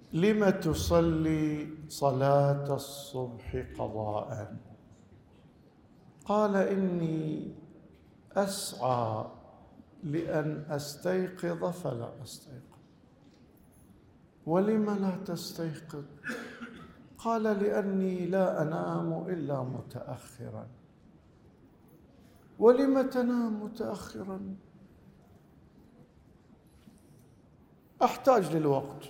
لم تصلي صلاة الصبح قضاء؟ قال: إني أسعى لأن أستيقظ فلا أستيقظ. ولم لا تستيقظ؟ قال: لأني لا أنام إلا متأخرا. ولم تنام متأخرا؟ أحتاج للوقت.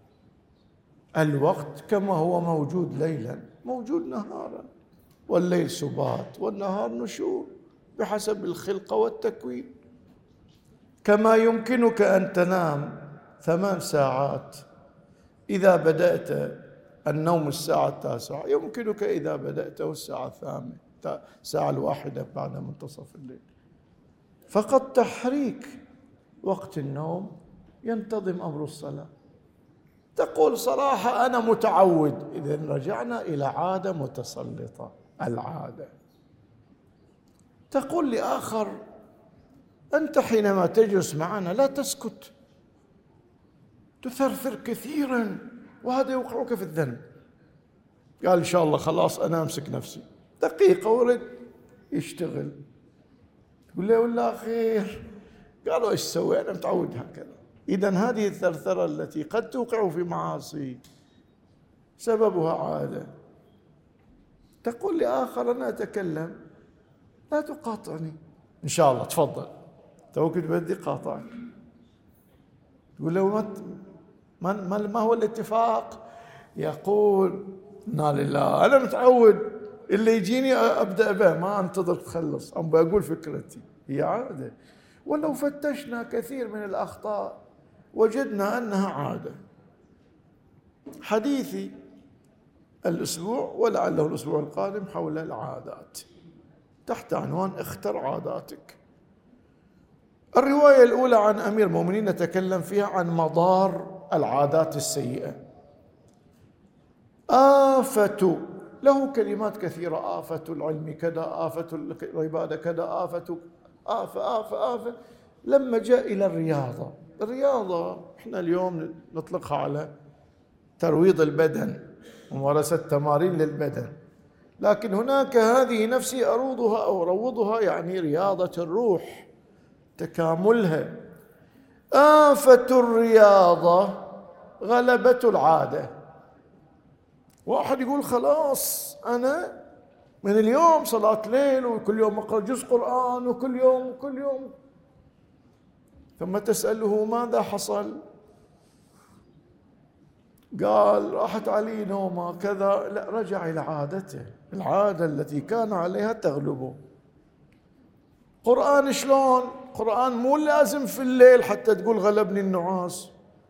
الوقت كما هو موجود ليلا موجود نهارا، والليل سبات والنهار نشور بحسب الخلقة والتكوين. كما يمكنك أن تنام 8 ساعات إذا بدأت النوم الساعة 9، يمكنك إذا بدأته الساعة 8، الساعة 1 بعد منتصف الليل. فقط تحريك وقت النوم ينتظم أمر الصلاة. تقول: صراحة أنا متعود. إذن رجعنا إلى عادة متسلطة، العادة. تقول لآخر: أنت حينما تجلس معنا لا تسكت، تثرثر كثيرا، وهذا يوقعك في الذنب. قال: إن شاء الله خلاص أنا أمسك نفسي. دقيقة ورد يشتغل. تقول له: ولا خير؟ قالوا: إيش سوي؟ أنا متعود هكذا. إذن هذه الثرثرة التي قد توقع في معاصي سببها عادة. تقول لآخر: أنا أتكلم، لا تقاطعني. إن شاء الله تفضل، توك بدي قاطعك. تقول له: ما هو الاتفاق؟ يقول: إنا لله، أنا متعود اللي يجيني أبدأ به، ما أنتظر تخلص، أم بقول فكرتي. هي عادة. ولو فتشنا كثير من الأخطاء وجدنا أنها عادة. حديثي الأسبوع ولعله الأسبوع القادم حول العادات، تحت عنوان اختر عاداتك. الرواية الأولى عن أمير المؤمنين نتكلم فيها عن مضار العادات السيئة. آفة، له كلمات كثيرة: آفة العلم كذا، آفة العبادة كذا، آفة. لما جاء إلى الرياضة إحنا اليوم نطلقها على ترويض البدن، ممارسة تمارين للبدن، لكن هناك هذه نفسي أروضها أو أروضها، يعني رياضة الروح، تكاملها. آفة الرياضة غلبة العادة. واحد يقول: خلاص أنا من اليوم صلاة ليل، وكل يوم أقرأ جزء قرآن، وكل يوم. ثم تسأله: ماذا حصل؟ قال: راحت علي نومه كذا. لا، رجع إلى عادته، العادة التي كان عليها تغلبه. قرآن شلون؟ قرآن مو لازم في الليل حتى تقول غلبني النعاس.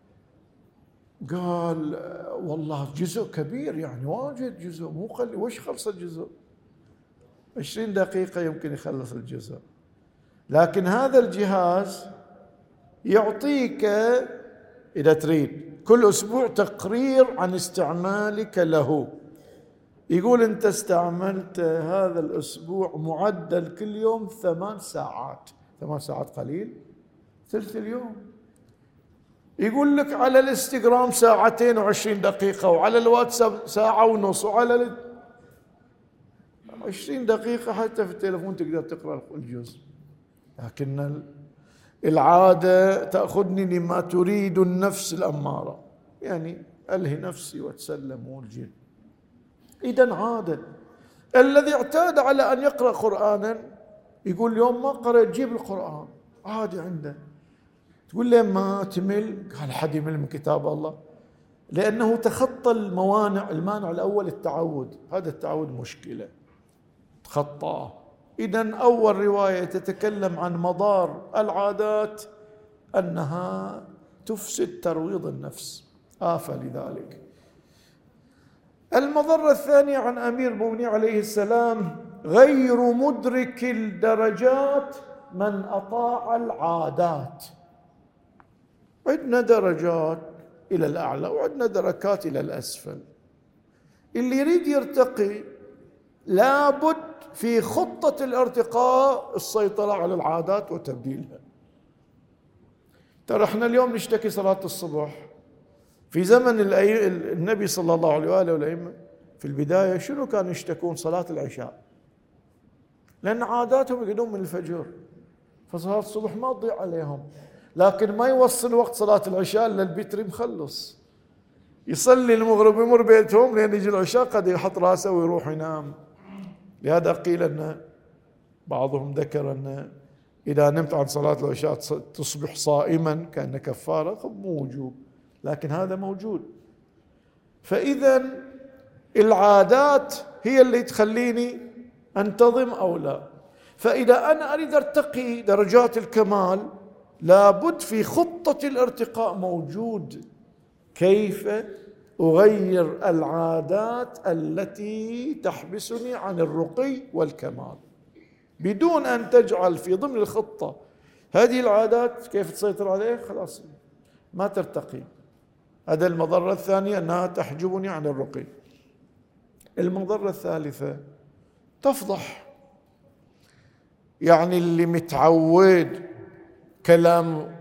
قال: والله جزء كبير، يعني واجد جزء، مو قليل. وش خلص الجزء؟ 20 دقيقة يمكن يخلص الجزء. لكن هذا الجهاز يعطيك إذا تريد كل أسبوع تقرير عن استعمالك له. يقول: أنت استعملت هذا الأسبوع معدل كل يوم 8 ساعات. 8 ساعات قليل، ثلث اليوم. يقول لك على الانستغرام 2 دقيقة، وعلى الواتساب 1.5 ساعة، وعلى 20 دقيقة حتى في التليفون تقدر تقرأ الجزء. لكن العادة تأخذني لما تريد النفس الأمارة، يعني ألهي نفسي وأتسلم والجن. إذن عادة. الذي اعتاد على أن يقرأ قرآنا يقول: اليوم ما قرأ، جيب القرآن، عادي عنده. تقول له: ما تمل؟ قال: حد يمل من كتاب الله؟ لأنه تخطى الموانع. المانع الأول التعود، هذا التعود مشكلة، تخطاه. إذن أول رواية تتكلم عن مضار العادات، أنها تفسد ترويض النفس، آفة لذلك. المضرة الثانية عن أمير المؤمنين عليه السلام: غير مدرك الدرجات من أطاع العادات. عندنا درجات إلى الأعلى وعندنا دركات إلى الأسفل. اللي يريد يرتقي لابد في خطة الارتقاء السيطرة على العادات وتبديلها. ترى احنا اليوم نشتكي صلاة الصبح، في زمن النبي صلى الله عليه وآله والأئمة في البداية شنو كانوا يشتكون؟ صلاة العشاء، لأن عاداتهم يقعدون من الفجر، فصلاة الصبح ما تضيع عليهم، لكن ما يوصل وقت صلاة العشاء إلا البتر مخلص، يصلي المغرب يمر بيتهم لين يجي العشاء قد يحط راسه ويروح ينام. لهذا قيل أن بعضهم ذكر أن إذا نمت عن صلاة العشاء تصبح صائما كأن كفارة، مو وجوب، لكن هذا موجود. فإذا العادات هي اللي تخليني أنتظم أو لا. فإذا أنا أريد أرتقي درجات الكمال لابد في خطة الارتقاء موجود كيف أغير العادات التي تحبسني عن الرقي والكمال، بدون أن تجعل في ضمن الخطة هذه العادات كيف تسيطر عليه، خلاص ما ترتقي. هذا المضرة الثانية، أنها تحجبني عن الرقي. المضرة الثالثة تفضح، يعني اللي متعود كلام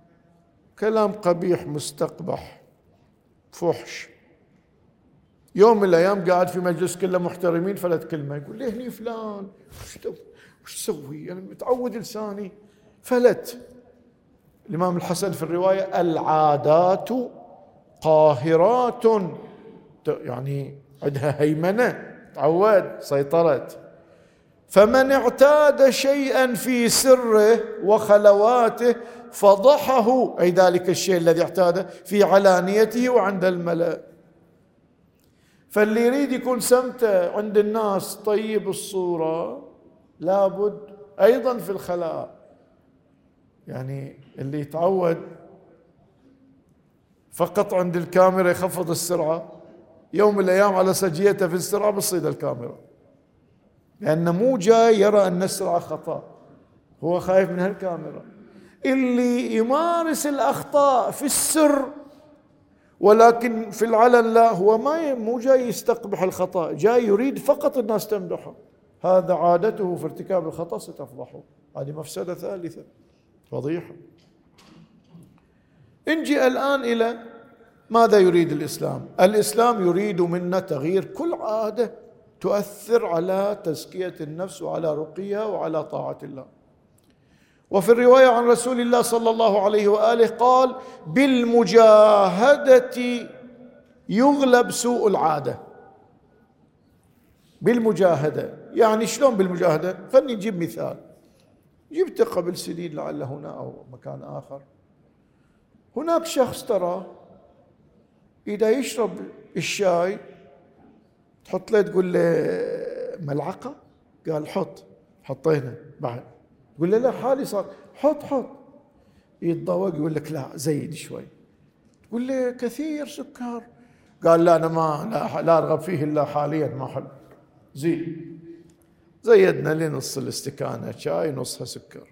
قبيح مستقبح فحش، يوم من الأيام قاعد في مجلس كله محترمين فلت كلمة يقول لي هني فلان وش تسوي، أنا متعود لساني فلت. الإمام الحسن في الرواية العادات قاهرات، يعني عندها هيمنة، تعود، سيطرت. فمن اعتاد شيئا في سره وخلواته فضحه، أي ذلك الشيء الذي اعتاده، في علانيته وعند الملأ. فاللي يريد يكون سمته عند الناس طيب الصورة لابد أيضا في الخلاء، يعني اللي يتعود فقط عند الكاميرا يخفض السرعة، يوم من الأيام على سجيته في السرعة بتصيد الكاميرا، لأنه مو جاي يرى أن السرعة خطأ، هو خايف من هالكاميرا. اللي يمارس الأخطاء في السر ولكن في العلن لا، هو مو جاي يستقبح الخطأ، جاي يريد فقط الناس تمدحه، هذا عادته في ارتكاب الخطأ ستفضحه. هذه مفسدة ثالثة، فضيحة. نجي الآن إلى ماذا يريد الإسلام. الإسلام يريد منا تغيير كل عادة تؤثر على تزكية النفس وعلى رقيها وعلى طاعة الله. وفي الرواية عن رسول الله صلى الله عليه وآله قال بالمجاهدة يغلب سوء العادة. بالمجاهدة يعني شلون بالمجاهدة؟ خلني نجيب مثال. جبت قبل سنين لعل هنا أو مكان آخر، هناك شخص ترى إذا يشرب الشاي تحط له، تقول له ملعقة، قال حطينا بعد، تقول له لا حالي صار، حط يتضوق، يقول لك لا زيد شوي، تقول له كثير سكر، قال لا أنا لا أرغب فيه إلا حاليا ما أحب، زيدنا لنص الاستكانة شاي نصها سكر.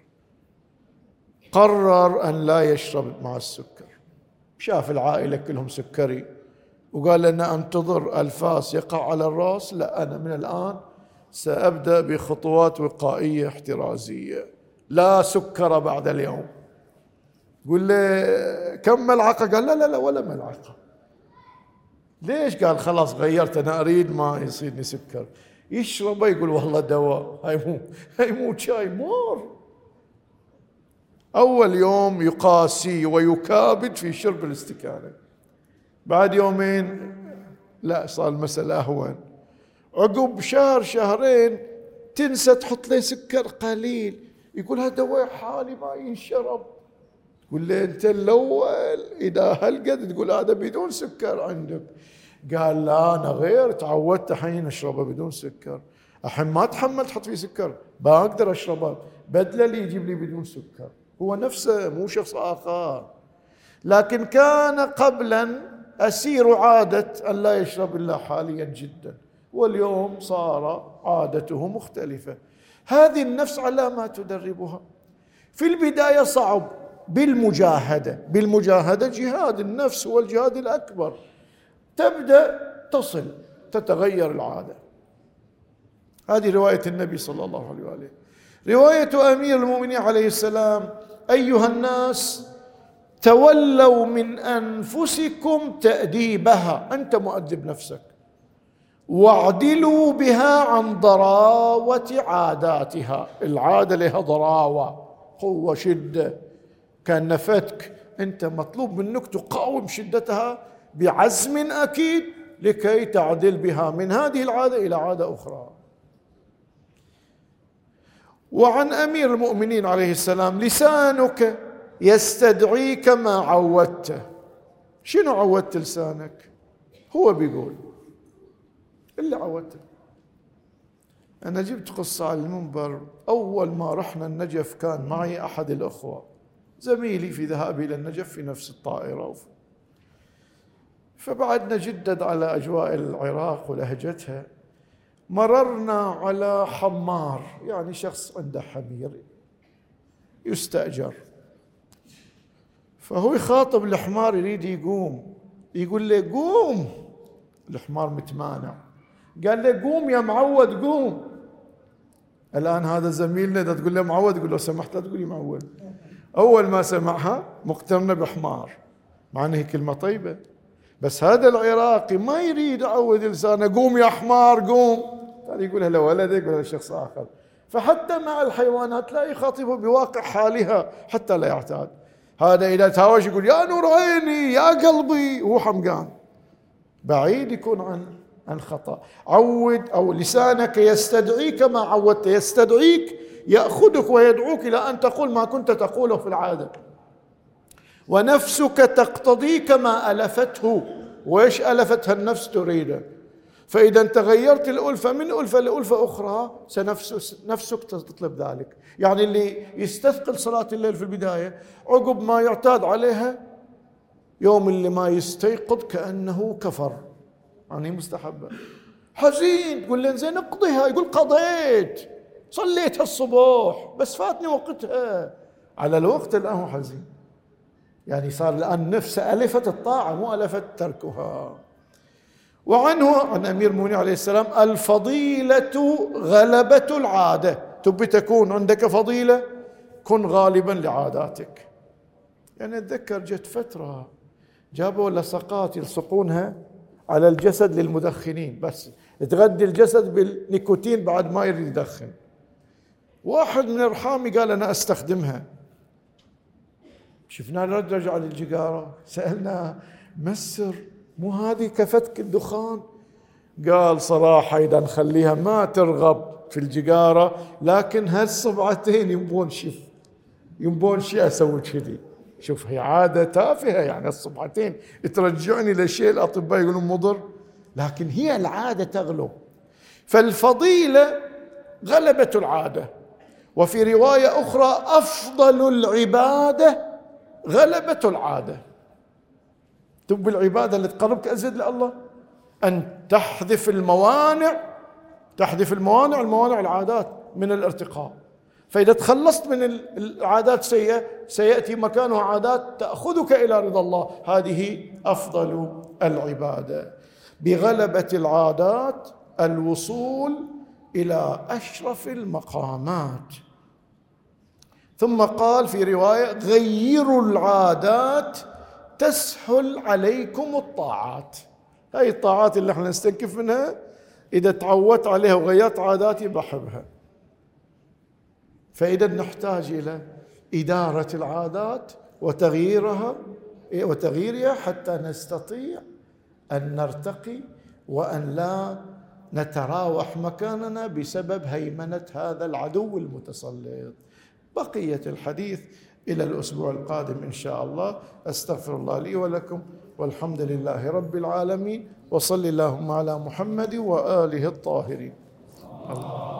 قرر أن لا يشرب مع السكر، شاف العائلة كلهم سكري وقال لنا أنتظر الفاس يقع على الرأس، لا أنا من الآن سأبدأ بخطوات وقائية احترازية، لا سكر بعد اليوم. قل له كم ملعقة؟ قال لا ولا ملعقة. ليش؟ قال خلاص غيرت، أنا أريد ما يصيرني سكر. يشربه يقول والله دواء، هاي مو شاي، مر. أول يوم يقاسي ويكابد في شرب الاستكانة، بعد يومين لا صار المسألة أهون، عقب شهر شهرين تنسى تحط له سكر قليل، يقول هذا دواء حالي ما ينشرب. تقول له أنت الأول إذا هالقد تقول هذا بدون سكر عندك، قال لا أنا غير، تعودت الحين أشربه بدون سكر، الحين ما أتحمل تحط فيه سكر، بقدر أشربه، بدله اللي يجيب لي بدون سكر، هو نفسه مو شخص آخر. لكن كان قبلا أسير عادة أن لا يشرب إلا حاليا جدا، واليوم صار عادته مختلفة. هذه النفس على ما تدربها. في البداية صعب، بالمجاهدة جهاد النفس هو الجهاد الأكبر، تبدأ تصل تتغير العادة. هذه رواية النبي صلى الله عليه وآله. رواية أمير المؤمنين عليه السلام: أيها الناس تولوا من أنفسكم تأديبها، أنت مؤدب نفسك، واعدلوا بها عن ضراوة عاداتها. العادة لها ضراوة، قوة، شدة، كان فتك، أنت مطلوب منك تقاوم شدتها بعزم أكيد لكي تعدل بها من هذه العادة إلى عادة أخرى. وعن أمير المؤمنين عليه السلام: لسانك يستدعيك ما عودته. شنو عودت لسانك؟ هو بيقول اللي عودته. أنا جبت قصة على المنبر، أول ما رحنا النجف كان معي أحد الأخوة زميلي في ذهابي إلى النجف في نفس الطائرة، فبعدنا جدد على أجواء العراق ولهجتها، مررنا على حمار، يعني شخص عنده حمير يستأجر، فهو يخاطب الحمار يريد يقوم، يقول له قوم، الحمار متمانع، قال له قوم يا معود قوم. الآن هذا زميلنا إذا تقول له معود يقول له سمحت لا تقولي معود. أول ما سمعها مقترنة بحمار، مع أنها كلمة طيبة، بس هذا العراقي ما يريد يعود لسانه قوم يا حمار قوم، يقولها لولده يقولها لشخص آخر. فحتى مع الحيوانات لا يخاطبه بواقع حالها حتى لا يعتاد. هذا إذا تهاوش يقول يا نور عيني يا قلبي وهو حمقان، بعيد يكون عن خطأ. عود، أو لسانك يستدعيك ما عودت، يستدعيك يأخذك ويدعوك إلى أن تقول ما كنت تقوله في العادة. ونفسك تقتضيك ما ألفته، وإيش ألفتها النفس تريده. فإذا أنت غيرت الألفة من ألفة لألفة أخرى نفسك تطلب ذلك. يعني اللي يستثقل صلاة الليل في البداية عقب ما يعتاد عليها، يوم اللي ما يستيقظ كأنه كفر، يعني مستحبة. حزين تقول له زين اقضيها، يقول قضيت، صليتها الصبح بس فاتني وقتها، على الوقت الآن هو حزين. يعني صار الآن نفسه ألفت الطاعة مو ألفت تركها. وعنه عن أمير المؤمنين عليه السلام: الفضيلة غلبة العادة. تبي تكون عندك فضيلة، كن غالبا لعاداتك. يعني أتذكر جت فترة جابوا لصقات يلصقونها على الجسد للمدخنين، بس تغذي الجسد بالنيكوتين بعد ما يريد يدخن. واحد من ارحامي قال أنا أستخدمها، شفنا الرد رجع للجيجارة، سألنا ما السر؟ مو هذه كفتك الدخان؟ قال صراحة إذا نخليها ما ترغب في الجيجارة، لكن هالصبعتين ينبون شيء أسوي كذي. شوف هي عادة تافهة، يعني الصبعتين ترجعني لشيء الأطباء يقولون مضر، لكن هي العادة تغلب. فالفضيلة غلبة العادة. وفي رواية أخرى: أفضل العبادة غلبة العادة. تب العبادة اللي تقربك أزيد لله أن تحذف الموانع، الموانع العادات من الارتقاء. فإذا تخلصت من العادات السيئة سيأتي مكانها عادات تأخذك إلى رضا الله. هذه أفضل العبادة. بغلبة العادات الوصول إلى أشرف المقامات. ثم قال في رواية: غيروا العادات تسهل عليكم الطاعات. هاي الطاعات اللي احنا نستنكف منها إذا تعودت عليها وغيرت عاداتي بحبها. فإذا نحتاج إلى إدارة العادات وتغييرها حتى نستطيع أن نرتقي وأن لا نتراوح مكاننا بسبب هيمنة هذا العدو المتسلط. بقية الحديث إلى الأسبوع القادم إن شاء الله. أستغفر الله لي ولكم، والحمد لله رب العالمين، وصل اللهم على محمد وآله الطاهرين. الله